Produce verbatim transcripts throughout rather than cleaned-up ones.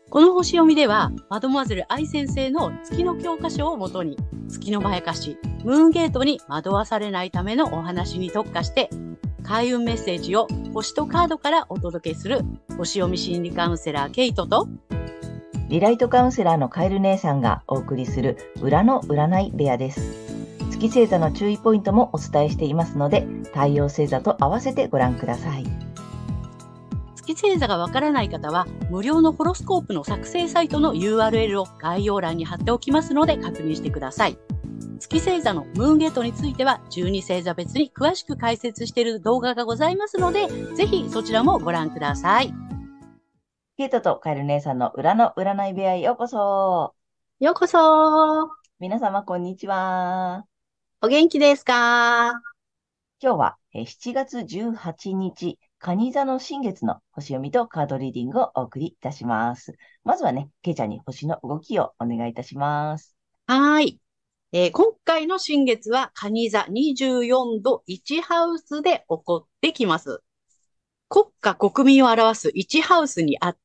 この星読みでは、マドモアゼル愛先生の月の教科書をもとに、月のまやかし、ムーンゲートに惑わされないためのお話に特化して、開運メッセージを星とカードからお届けする星読み心理カウンセラーケイトと、 リライトカウンセラーのカエル姉さんがお送りする裏の占い部屋です。月星座の注意ポイントもお伝えしていますので、太陽星座と合わせてご覧ください。 月星座がわからない方は、無料のホロスコープの作成サイトの ユーアールエル を概要欄に貼っておきますので確認してください。月星座のムーンゲートについては、じゅうに星座別に詳しく解説している動画がございますので、ぜひそちらもご覧ください。 ケイトとカエル姉さんの裏の占い部屋へようこそ。 ようこそ。 皆様こんにちは。 お元気ですか？ 今日はえーしちがつじゅうはちにち、蟹座の新月の星読みとカードリーディングをお送りいたします。まずはね、ケイちゃんに星の動きをお願いいたします。 はい。えー今回の新月は、蟹座にじゅうよんどいちハウスで起こってきます。国家国民を表すいちハウスにあって、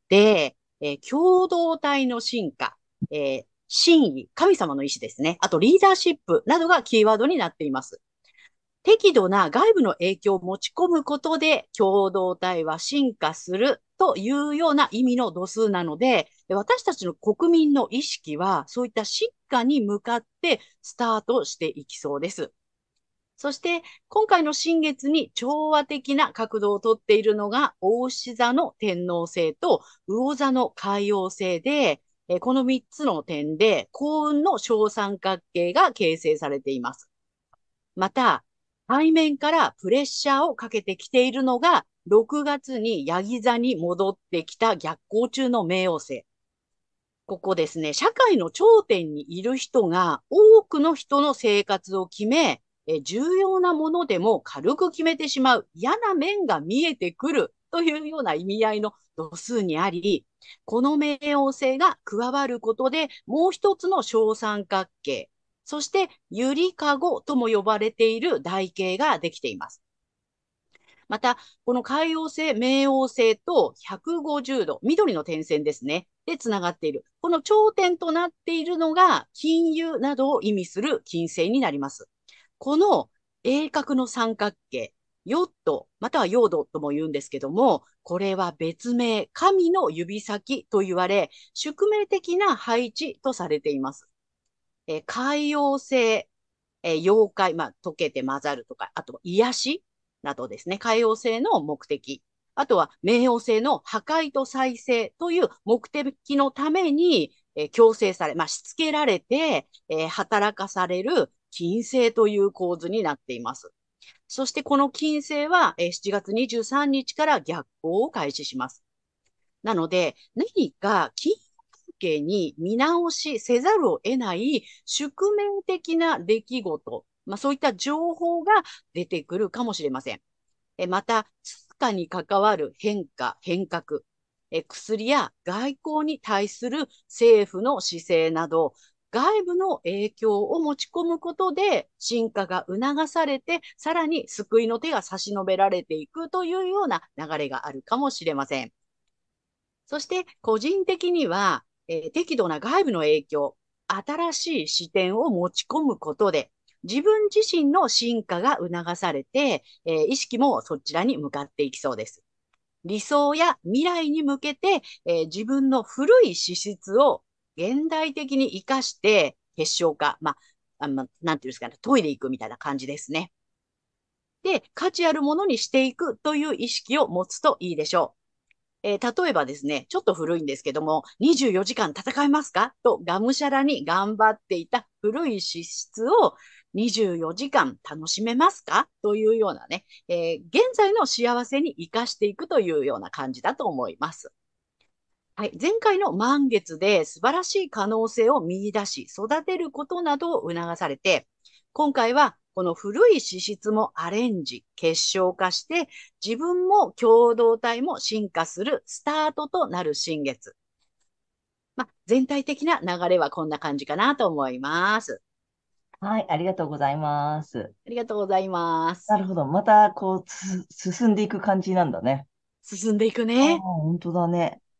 えー共同体の進化、えー真意、神様の意志ですね。あとリーダーシップなどがキーワードになっています。適度な外部の影響を持ち込むことで共同体は進化するというような意味の度数なので、私たちの国民の意識はそういった進化に向かってスタートしていきそうです。そして、今回の新月に調和的な角度をとっているのが、牡牛座の天王星と魚座の海王星で、えこのみっつの点で幸運の小三角形が形成されています。また、背面からプレッシャーをかけてきているのが、ろくがつにヤギ座に戻ってきた逆行中の冥王星。ここですね、社会の頂点にいる人が多くの人の生活を決め、え重要なものでも軽く決めてしまう嫌な面が見えてくるというような意味合いの度数にあり、この冥王星が加わることでもう一つの小三角形、そしてゆりかごとも呼ばれている台形ができています。また、この海王星、冥王星とひゃくごじゅうど、緑の点線ですね。で、つながっている。この頂点となっているのが、金融などを意味する金星になります。この鋭角の三角形、ヨット、またはヨードとも言うんですけども、これは別名、神の指先と言われ、宿命的な配置とされています。えー海王星、えー妖怪、まあ、溶けて混ざるとか、あと癒しなどですね、海王星の目的。あとは、冥王星の破壊と再生という目的のために、えー強制され、まあ、しつけられて、えー働かされる金星という構図になっています。そしてこの金星は、えーしちがつにじゅうさんにちから逆行を開始します。なので、何か金関係に見直しせざるを得ない宿命的な出来事、まあそういった情報が出てくるかもしれません。えまた、通貨に関わる変化、変革、え薬や外交に対する政府の姿勢など、外部の影響を持ち込むことで進化が促されて、さらに救いの手が差し伸べられていくというような流れがあるかもしれません。そして個人的には、えー適度な外部の影響、新しい視点を持ち込むことで、自分自身の進化が促されて、えー意識もそちらに向かっていきそうです。理想や未来に向けて、えー自分の古い資質を現代的に活かして結晶化、まあ、あまなんていうんですかね、研いでいくみたいな感じですね。で、価値あるものにしていくという意識を持つといいでしょう。えー例えばですね、ちょっと古いんですけども、にじゅうよじかん戦えますかとがむしゃらに頑張っていた古い資質をにじゅうよじかん楽しめますかというようなね、えー現在の幸せに生かしていくというような感じだと思います。はい。前回の満月で素晴らしい可能性を見出し、育てることなどを促されて、今回はこの古い資質もアレンジ、結晶化して、自分も共同体も進化するスタートとなる新月。まあ、全体的な流れはこんな感じかなと思います。 はい、ありがとうございます。 ありがとうございます。 なるほど。また、こう、つ進んでいく感じなんだね。 進んでいくああ、 ね。 本当だね。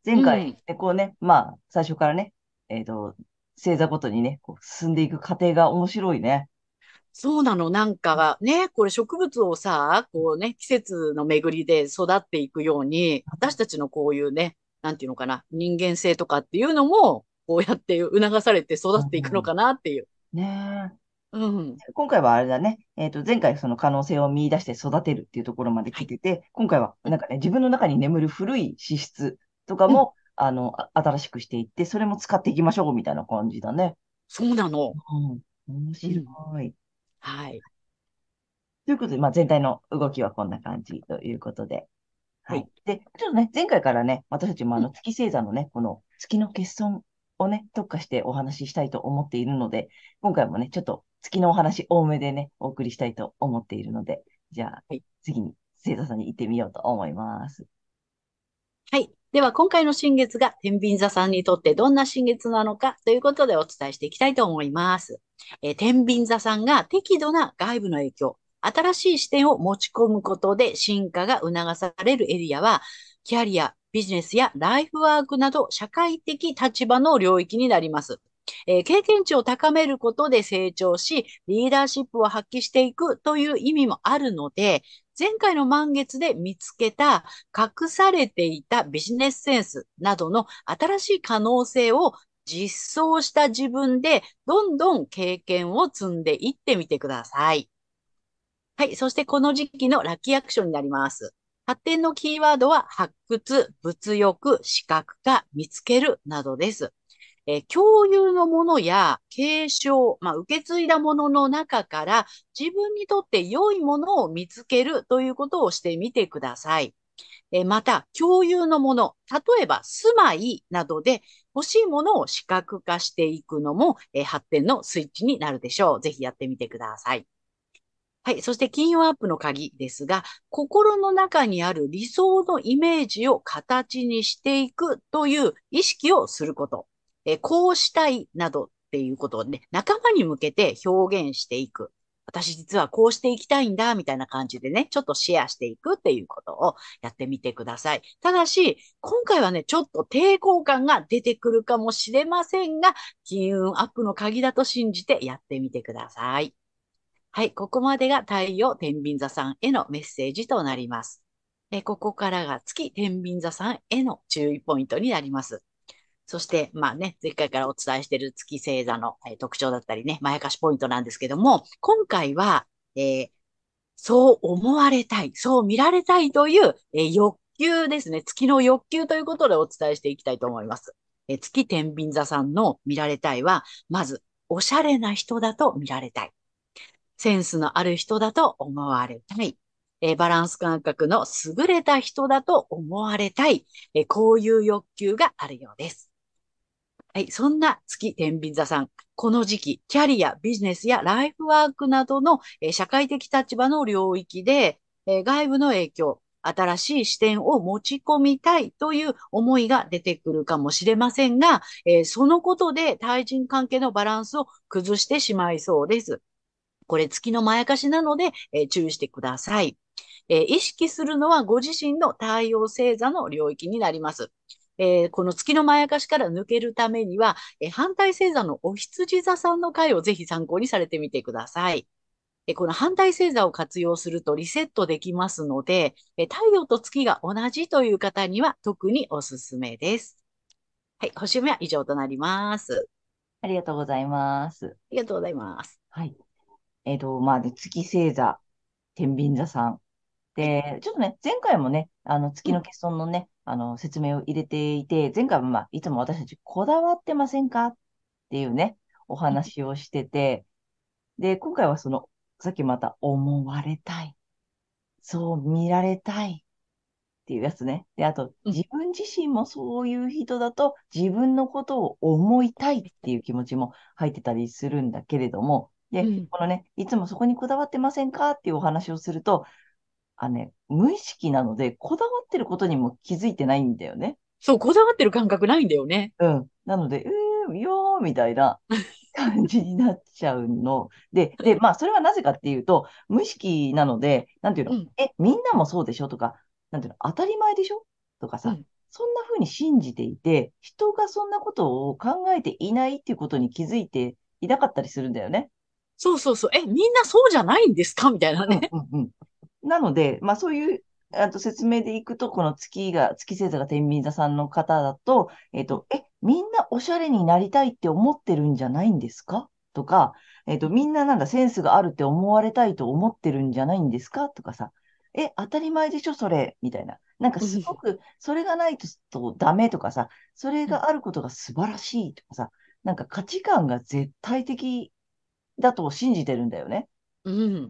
前回、 うん。 でこうね、まあ、最初からね、えっと、星座ごとにね、こう進んでいく過程が面白いね。 そうなの。なんかね、これ植物をさ、こうね、季節の巡りで育っていくように、私たちのこういうね、なんていうのかな、人間性とかっていうのも、こうやって促されて育っていくのうん、 かなっていう。 ねうん。 え。今回はあれだね、えっと、前回その可能性を見出して育てるっていうところまではい。 来てて、今回はうん。 なんかね、自分の中に眠る古い資質とかうん。 も、あの、あ新しくしていって、それも使っていきましょうみたいな感じだね。 そうなの。 うん。面白うん。 い。 はい。 ということで、まあ、全体の動きはこんな感じということで。 はい。 はい。で、ちょっとね、前回からね、私たちもあうん。 の月星座のね、この月の欠損をね、特化してお話ししたいと思っているので、今回もね、ちょっと月のお話多めでね、お送りしたいと思っているので、じゃあ、 はい。 次に星座さんに行ってみようと思います。 はい。では、今回の新月が天秤座さんにとってどんな新月なのかということでお伝えしていきたいと思います。えー天秤座さんが適度な外部の影響、新しい視点を持ち込むことで進化が促されるエリアは、キャリア、ビジネスやライフワークなど社会的立場の領域になります。えー経験値を高めることで成長し、リーダーシップを発揮していくという意味もあるので、前回の満月で見つけた隠されていたビジネスセンスなどの新しい可能性を実装した自分でどんどん経験を積んでいってみてください。はい。そしてこの時期のラッキーアクションになります。発展のキーワードは発掘、物欲、視覚化、見つけるなどです。えー共有のものや継承、まあ、受け継いだものの中から自分にとって良いものを見つけるということをしてみてください。えーまた、共有のもの、例えば住まいなどで欲しいものを視覚化していくのも、えー発展のスイッチになるでしょう。ぜひやってみてください。はい。そして金運アップの鍵ですが、心の中にある理想のイメージを形にしていくという意識をすること。えーこうしたいなどっていうことをね、仲間に向けて表現していく。私実はこうしていきたいんだ、みたいな感じでね、ちょっとシェアしていくっていうことをやってみてください。ただし、今回はね、ちょっと抵抗感が出てくるかもしれませんが、金運アップの鍵だと信じてやってみてください。はい、ここまでが太陽天秤座さんへのメッセージとなります。えここからが月天秤座さんへの注意ポイントになります。そして、まあね、前回からお伝えしている月星座の、えー特徴だったりね、まやかしポイントなんですけども、今回は、えーそう思われたい、そう見られたいという、えー欲求ですね。月の欲求ということでお伝えしていきたいと思います。えー月天秤座さんの見られたいは、まず、おしゃれな人だと見られたい。センスのある人だと思われたい。えーバランス感覚の優れた人だと思われたい。えーこういう欲求があるようです。はい。そんな月天秤座さん。この時期、キャリア、ビジネスやライフワークなどの、えー社会的立場の領域で、えー外部の影響、新しい視点を持ち込みたいという思いが出てくるかもしれませんが、えーそのことで対人関係のバランスを崩してしまいそうです。これ月のまやかしなので、えー注意してください。えー意識するのはご自身の太陽星座の領域になります。えーこの月のまやかしから抜けるためには、えー反対星座のお羊座さんの回をぜひ参考にされてみてください。えーこの反対星座を活用するとリセットできますので、えー太陽と月が同じという方には特におすすめです。はい、星読みは以上となります。 ありがとうございます。 ありがとうございます。 はい。えっと、まあ、で月星座、天秤座さん。 はい。 で、ちょっとね、前回もね、あの、月のうん、 欠損のね、あの、説明を入れていて、前回もまあ、いつも私たちこだわってませんかっていうね、おうん、 話をしてて、で、今回はその、さっきまた思われたい。そう見られたいっていうやつね。で、あと、 うん。 自分自身もそういう人だと、自分のことを思いたいっていう気持ちも入ってたりするんだけれども、で、 うん。 このね、いつもそこにこだわってませんかっていうお話をすると、あのね、無意識なので、こだわってることにも気づいてないんだよね。 そう、こだわってる感覚ないんだよね。 うん。なので、えー、いやー、みたいな感じになっちゃうの。で、で、まあ、それはなぜかっていうと、無意識なので、なんていうの、 うん、 え、みんなもそうでしょとか、なんていうの、当たり前でしょとかさ、 うん、 そんな風に信じていて、人がそんなことを考えていないっていうことに気づいていなかったりするんだよね。 そうそうそう。え、みんなそうじゃないんですかみたいなうんね。 うんうん。なので、まあそういう、あと説明でいくと、この月が、月星座が天秤座さんの方だと、えっうん、 と、え、みんなおしゃれになりたいって思ってるんじゃないんですかとか、えっと、みんななんかセンスがあるって思われたいと思ってるんじゃないんですかとかさ、え、当たり前でしょそれみたいな。なんかうん、 すごく、それがないと、とダメとかさ、それうん、 があることが素晴らしいとかさ、なんか価値観が絶対的だと信じてるんだよね。 うん、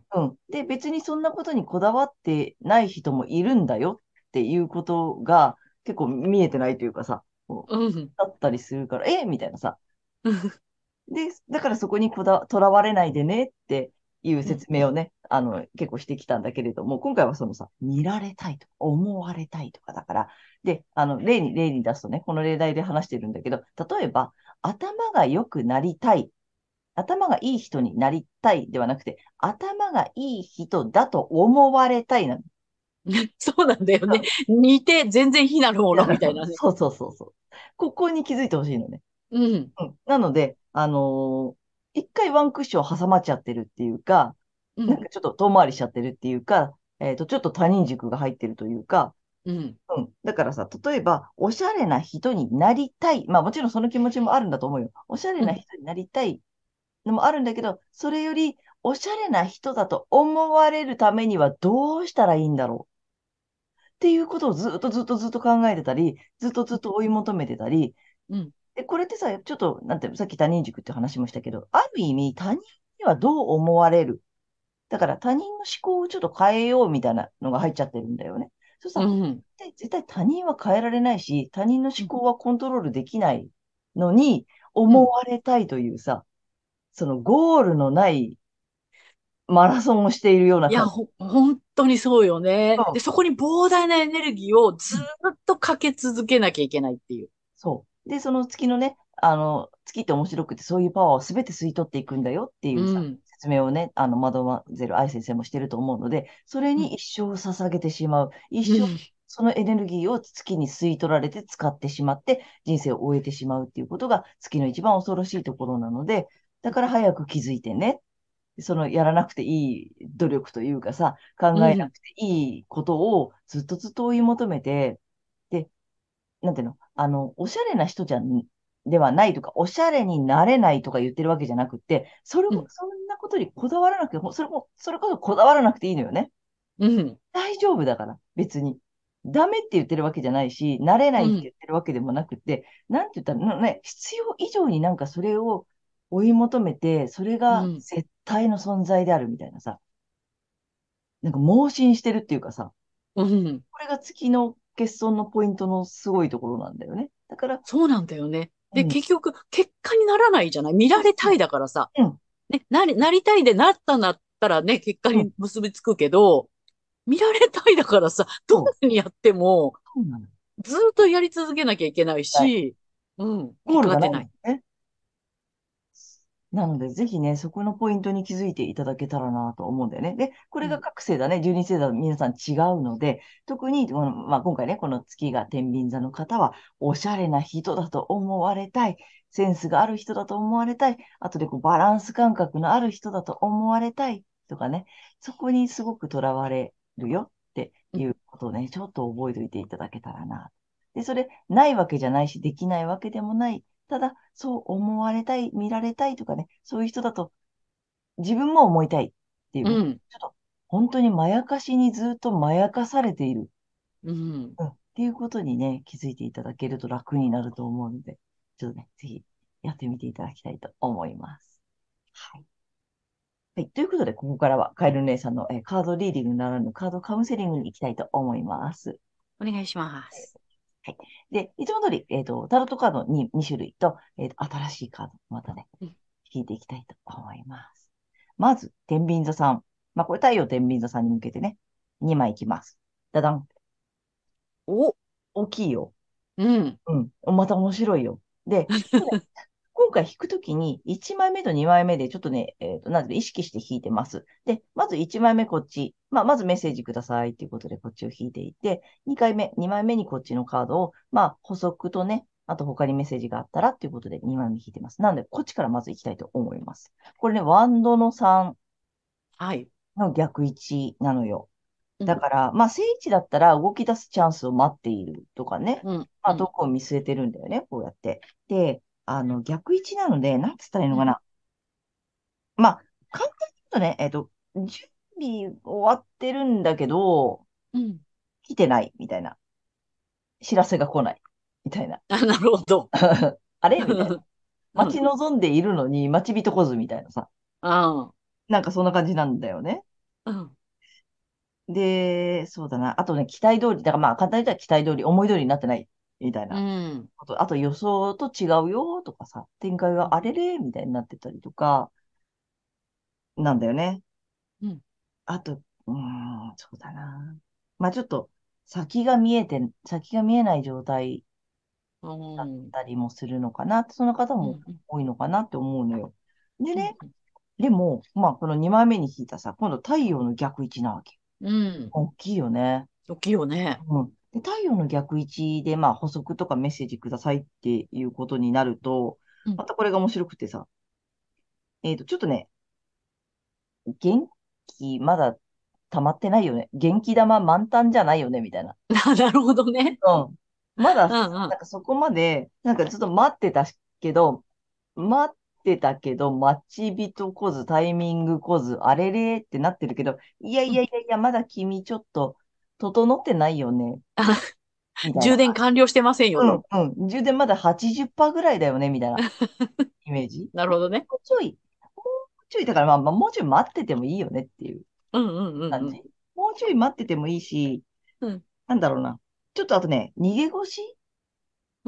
うん。で、別にそんなことにこだわってない人もいるんだよっていうことが結構見えてないというかさ、こううん、 だったりするから、えみたいなさ。 うん、 で、だからそこにこだ、とらわれないでねっていううん、 説明をね、あの、結構してきたんだけれども、今回はそのさ、見られたいとか、思われたいとかだから、で、あの、例に、例に出すとね、この例題で話してるんだけど、例えば、頭が良くなりたい、頭がいい人になりたいではなくて、頭がいい人だと思われたいなの。 そうなんだよね。似て全然非なるものみたいなね。 そうそうそうそう。ここに気づいてほしいのね。 うん、 うん。なので、あのー一回ワンクッション挟まっちゃってるっていうか、 うん、 なんかちょっと遠回りしちゃってるっていうか、えっと、ちょっと他人軸が入ってるというか、 うん、 うん。だからさ、例えば、おしゃれな人になりたい。まあもちろんその気持ちもあるんだと思うよ。おしゃれうん、 な人になりたいのもあるんだけど、それより、おしゃれな人だと思われるためにはどうしたらいいんだろうっていうことをずっとずっとずっと考えてたり、ずっとずっと追い求めてたり、 うん、 で、これってさ、ちょっと、なんていうの、さっき他人軸って話もしたけど、ある意味他人にはどう思われる。だから他人の思考をちょっと変えようみたいなのが入っちゃってるんだよね。そうさ、 うん、 で絶対他人は変えられないし、他人の思うん、 考はコントロールできないのに、 うん。 思われたいというさ、そのゴールのないマラソンをしているようないや、 感じ。 ほ、本当にそうよね。で、 うん。 そこに膨大なエネルギーをずうん。 っとかけ続けなきゃいけないっていう。 そう。で、その月のね、あの、月って面白くて、そういうパワーをすべて吸い取っていくんだよっていうさ、 うん、 説明をね、あの、惑わせる愛先生もしてると思うので、それうん、 に一生を捧げてしまう。一生、 うん、 そのエネルギーを月に吸い取られて使ってしまって、人生を終えてしまうっていうことが月の一番恐ろしいところなので、だから早く気づいてね。そのやらなくていい努力というかさ、考うん、 えなくていいことをずっとずっと追い求めて、で、なんていうの、あの、おしゃれな人じゃん、ではないとか、おしゃれになれないとか言ってるわけじゃなくて、それを、 うん、 そんなことにこだわらなくても、それも、それこそこだわらなくていいのよね。 うん、 大丈夫だから、別に。ダメって言ってるわけじゃないし、なれないって言うん、 ってるわけでもなくて、なんて言ったら、ね、必要以上になんかそれを追い求めて、それがうん、 絶対の存在であるみたいなさ、なんか盲信してるっていうかさ、 うん。 これが月の欠損のポイントのすごいところなんだよね。だから、 そうなんだよね。で、 うん、 結局、結果にならないじゃない。見そうそられたいだからさ。 う、うん、 ね、なり、なりたいでなったんだったらね、結果うん、 に結びつくけど、見られたいだからさ、どんそう、 なにやっても、 そうなの。 ずーっとやり続けなきゃいけないはい。 し、うん、 ゴールがないん結果が出ない。 ですね。なので、ぜひね、そこのポイントに気づいていただけたらなと思うんだよね。で、これがうん、 各星座ね、じゅうに星座皆さん違うので、特に、このまあ、今回ね、この月が天秤座の方は、おしゃれな人だと思われたい、センスがある人だと思われたい、あとでこうバランス感覚のある人だと思われたいとかね、そこにすごくとらわれるよってうん、 いうことをね、ちょっと覚えておいていただけたらな。で、それ、ないわけじゃないし、できないわけでもない。ただ、そう思われたい、見られたいとかね、そういう人だと自分も思いたいっていうね、 うん、 ちょっと本当にまやかしにずっとまやかされている、 うん。 うん、っていうことにね、気づいていただけると楽になると思うので、ちょっとね、ぜひやってみていただきたいと思います。はい。はい。ということで、ここからはカエル姉さんの、えーカードリーディングならぬカードカウンセリングに行きたいと思います。 お願いします。 はい。で、いつも通り、えっと、タロットカードにに種類と、えっと、新しいカード、またね、 うん、 引いていきたいと思います。まず、天秤座さん。まあ、これ太陽天秤座さんに向けてね、にまいいきます。ダダン。 お、 大きいよ。 うん。 うん。また面白いよ。で、これ今回引くときに、いちまいめとにまいめでちょっとね、えっと、なんていうの意識して引いてます。で、まずいちまいめこっち。まあ、まずメッセージくださいっていうことでこっちを引いていて、にかいめ、にまいめにこっちのカードを、まあ、補足とね、あと他にメッセージがあったらっていうことでにまいめ引いてます。なので、こっちからまず行きたいと思います。これね、ワンドのさんはい。 の逆位置なのよ。 うん。 だから、まあ、正位置だったら動き出すチャンスを待っているとかね。 うん。 まあ、 うん。 どこを見据えてるんだよね、こうやって。で、あの、逆位置なので、なんつったらいいのうん。 かな。まあ、簡単に言うとね、えっと、準備終わってるんだけど、 うん。 来てないみたいな。知らせが来ないみたいな。 あ、なるほど。 あれみたいな。 うん。うん。 待ち望んでいるのに待ち人来ずみたいなさ。 あなんかそんな感じなんだよね。 あ。うん。 で、そうだな。あとね、期待通り、だからまあ簡単に言ったら期待通り、思い通りになってないみたいうなん。 こと。あと予想と違うよとかさ、展開があれれみたいになってたりとか、なんだよね。 うん。 あと、うーん、そうだな。まあちょっと、先が見えて、先が見えない状態うだっん。 たりもするのかな。その方もうん。 多いのかなって思うのよ。でうん。 ね、でも、まあこのにまいめに引いたさ、今度太陽の逆位置なわけ。 うん。 大きいよね。 大きいよね。 うん。で、太陽の逆位置で、まあ補足とかメッセージくださいっていうことになると、 うん。 またこれが面白くてさ、えっと、ちょっとね、元気まだ溜まってないよね。元気玉満タンじゃないよね、みたいな。 ななるほどね。 うん。まだ、 うん。うん。 なんかそこまで、なんかちょっと待ってたけど、待ってたけど、待ち人来ず、タイミング来ず、あれれってなってるけど、いやいうん。 やいやいや、まだ君ちょっと整ってないよね、 あ、 みたいな。 充電完了してませんようんと。 うん。充電まだはちじゅっパーセントぐらいだよね、みたいなイメージ。もなるほどね。 うちょい、もうちょい、だからまあ、まあ、もうちょい待っててもいいよねっていううんうんうんうん。 感じ。もうちょい待っててもいいし、 うん。 なんだろうな。ちょっとあとね、逃げ腰うん。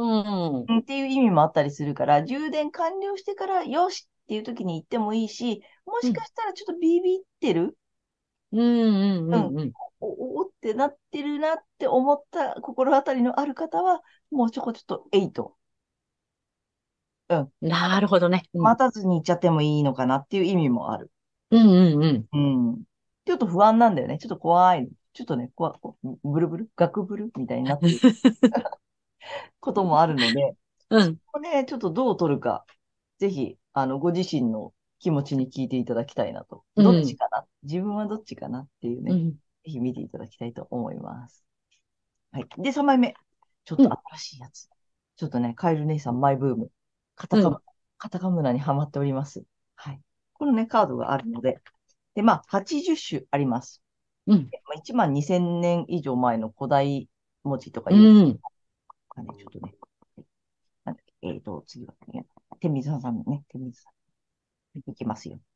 うんっていう意味もあったりするから、充電完了してからよしっていう時に行ってもいいし、もうん。 しかしたらちょっとビビってるうんうんうん。 うんうん。 お、おおってなってるなって思った心当たりのある方は、もうちょこちょっとエイト。うん。 なるほどね。うん。 待たずに行っちゃってもいいのかなっていう意味もある。 うんうんうん。 うん。ちょっと不安なんだよね。ちょっと怖い。ちょっとね、怖、こブルブル、ガクブルみたいになってることもあるので、そうん。 こね、ちょっとどう取るか、ぜひ、あの、ご自身の気持ちに聞いていただきたいなと。どっちうん。 かな自分はどっちかなっていうね、 うん。 ぜひ見ていただきたいと思います。はい。で、さんまいめ。ちょっとうん。 新しいやつ。ちょっとね、カエル姉さんマイブーム。カタカム、 うん。 カタカムナにハマっております。はい。このね、カードがあるので、で、まあ、はちじゅっ種あります。 うん。 まあ、いちまんにせんねん以上前の古代文字とかういうん。 かね、ちょっとね、なんだっけ、えっと、次はね、手水さんのね、手水さん。いきますよ。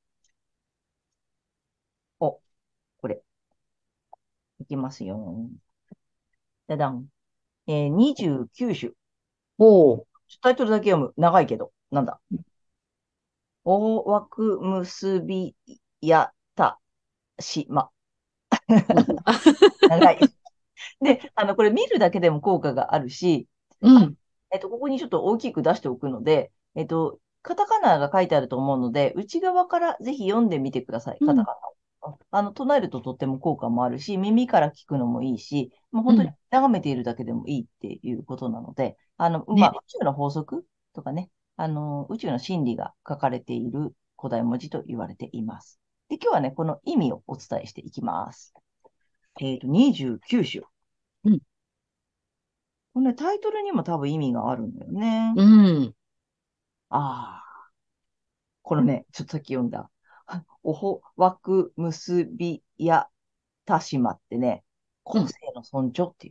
お、これ、いきますよ。じゃん。えー、にじゅうきゅう種。 おー。 ちょタイトルだけ読む。長いけど。なんだ。大枠結びやたしま。 うん。 長い。で、あの、これ見るだけでも効果があるし、あ、 うん。 えっと、ここにちょっと大きく出しておくので、えっと、カタカナが書いてあると思うので、内側からぜひ読んでみてください。 うん。 カタカナを。あの、唱えるととっても効果もあるし、耳から聞くのもいいし、もう本当にうん。 眺めているだけでもいいっていうことなので、あの、まあ、 ね。 宇宙の法則とかね、あの、宇宙の真理が書かれている古代文字と言われています。で、今日はね、この意味をお伝えしていきます。えっと、にじゅうきゅう種。 うん。 このね、タイトルにも多分意味があるんだよね。 うん。 ああ、このね、ちょっとさっき読んだ。おほ、わく、むすび、や、たしまってね、 うん。 個性の尊重っていう、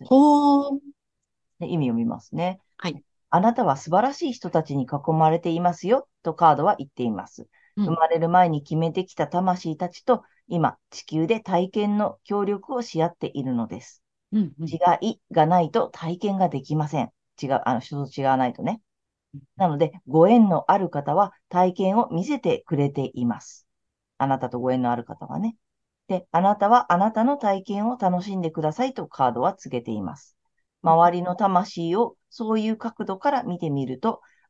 ほー。 ね、意味を見ますね。 はい。 あなたは素晴らしい人たちに囲まれていますよ、とカードは言っています。 うん。 生まれる前に決めてきた魂たちと、今、地球で体験の協力をし合っているのです。 うん。うん。 違いがないと体験ができません。違う、あの、人と違わないとね。なので、ご縁のある方は体験を見せてくれています。あなたとご縁のある方はね。で、あなたはあなたの体験を楽しんでくださいとカードは告げています。周りの魂をそういう角度から見てみると、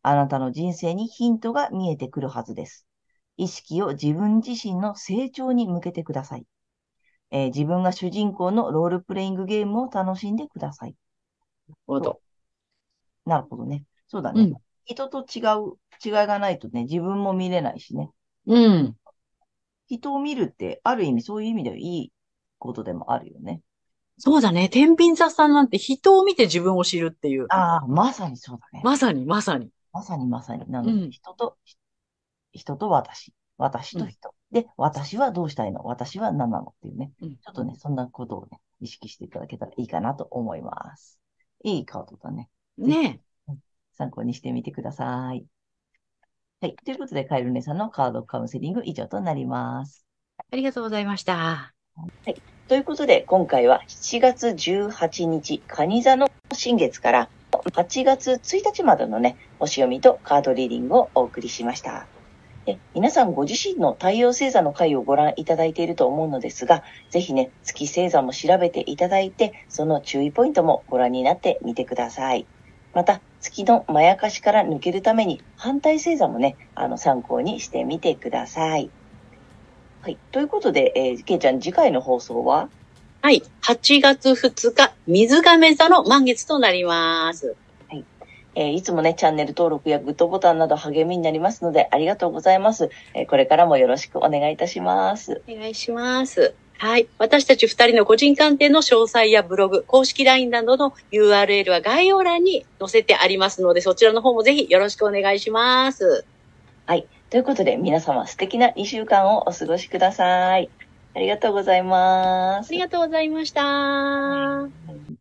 あなたの人生にヒントが見えてくるはずです。意識を自分自身の成長に向けてください。えー自分が主人公のロールプレイングゲームを楽しんでください。そほど。 う。なるほどね。そうだね。 うん。 人と違う、違いがないとね、自分も見れないしね。 うん。 人を見るって、ある意味そういう意味ではいいことでもあるよね。 そうだね。天秤座さんなんて人を見て自分を知るっていう。 ああ、まさにそうだね。 まさに、まさに。 まさにまさに。なので、 うん。 人と、人と私。私うん。 と人。で、私はどうしたいの私は何なのっていうね。 うん。 ちょっとね、そんなことをね、意識していただけたらいいかなと思います。いいカードだね。ぜひ、 ねえ。 うん参考にしてみてください。はい。ということで、カエル姉さんのカードカウンセリング以上となります。 ありがとうございました。 はい。ということで、今回はしちがつじゅうはちにち、蟹座の新月からはちがつついたちまでのね、星読みとカードリーディングをお送りしました。で皆さんご自身の太陽星座の回をご覧いただいていると思うのですが、ぜひね、月星座も調べていただいて、その注意ポイントもご覧になってみてください。また、月のまやかしから抜けるために、反対星座もね、あの、参考にしてみてください。はい。ということで、えー、けいちゃん、次回の放送ははい。はちがつふつか、水亀座の満月となります。 はい。えーいつもね、チャンネル登録やグッドボタンなど励みになりますので、ありがとうございます。えーこれからもよろしくお願いいたします。 お願いします。はい。私たちふたりの個人鑑定の詳細やブログ、公式 ライン などの ユーアールエル は概要欄に載せてありますので、そちらの方もぜひよろしくお願いします。 はい。ということで、皆様素敵なにしゅうかんをお過ごしください。ありがとうございます。 ありがとうございました。